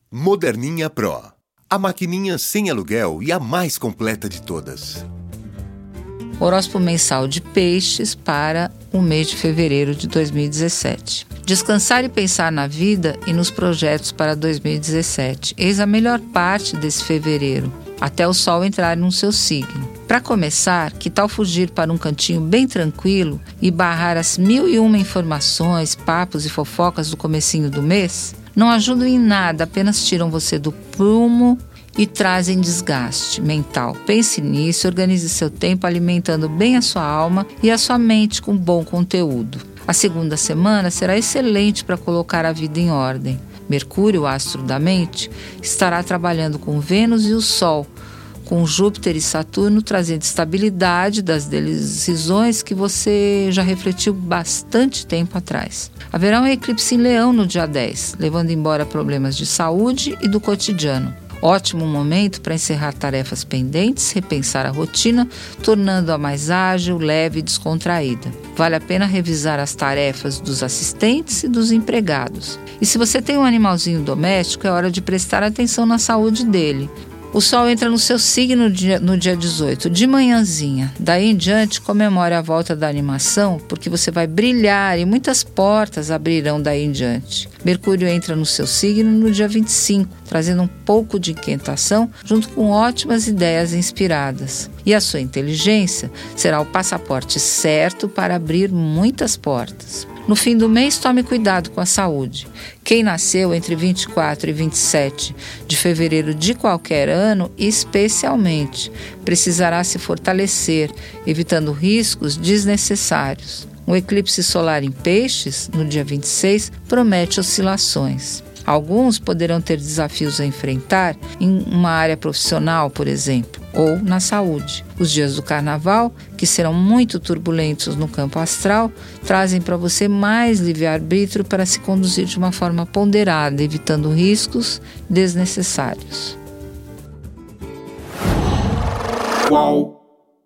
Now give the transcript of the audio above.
Moderninha Pro. A maquininha sem aluguel e a mais completa de todas. Horóscopo mensal de Peixes para o mês de fevereiro de 2017. Descansar e pensar na vida e nos projetos para 2017. Eis a melhor parte desse fevereiro, até o sol entrar no seu signo. Para começar, que tal fugir para um cantinho bem tranquilo e barrar as 1001 informações, papos e fofocas do comecinho do mês? Não ajudam em nada, apenas tiram você do prumo e trazem desgaste mental. Pense nisso, organize seu tempo alimentando bem a sua alma e a sua mente com bom conteúdo. A segunda semana será excelente para colocar a vida em ordem. Mercúrio, o astro da mente, estará trabalhando com Vênus e o Sol, com Júpiter e Saturno trazendo estabilidade das decisões que você já refletiu bastante tempo atrás. Haverá um eclipse em Leão no dia 10, levando embora problemas de saúde e do cotidiano. Ótimo momento para encerrar tarefas pendentes, repensar a rotina, tornando-a mais ágil, leve e descontraída. Vale a pena revisar as tarefas dos assistentes e dos empregados. E se você tem um animalzinho doméstico, é hora de prestar atenção na saúde dele. O Sol entra no seu signo no dia 18, de manhãzinha. Daí em diante, comemore a volta da animação, porque você vai brilhar e muitas portas abrirão daí em diante. Mercúrio entra no seu signo no dia 25, trazendo um pouco de inquietação, junto com ótimas ideias inspiradas. E a sua inteligência será o passaporte certo para abrir muitas portas. No fim do mês, tome cuidado com a saúde. Quem nasceu entre 24 e 27 de fevereiro de qualquer ano, especialmente, precisará se fortalecer, evitando riscos desnecessários. Um eclipse solar em Peixes, no dia 26, promete oscilações. Alguns poderão ter desafios a enfrentar em uma área profissional, por exemplo, ou na saúde. Os dias do carnaval, que serão muito turbulentos no campo astral, trazem para você mais livre-arbítrio para se conduzir de uma forma ponderada, evitando riscos desnecessários. Uau!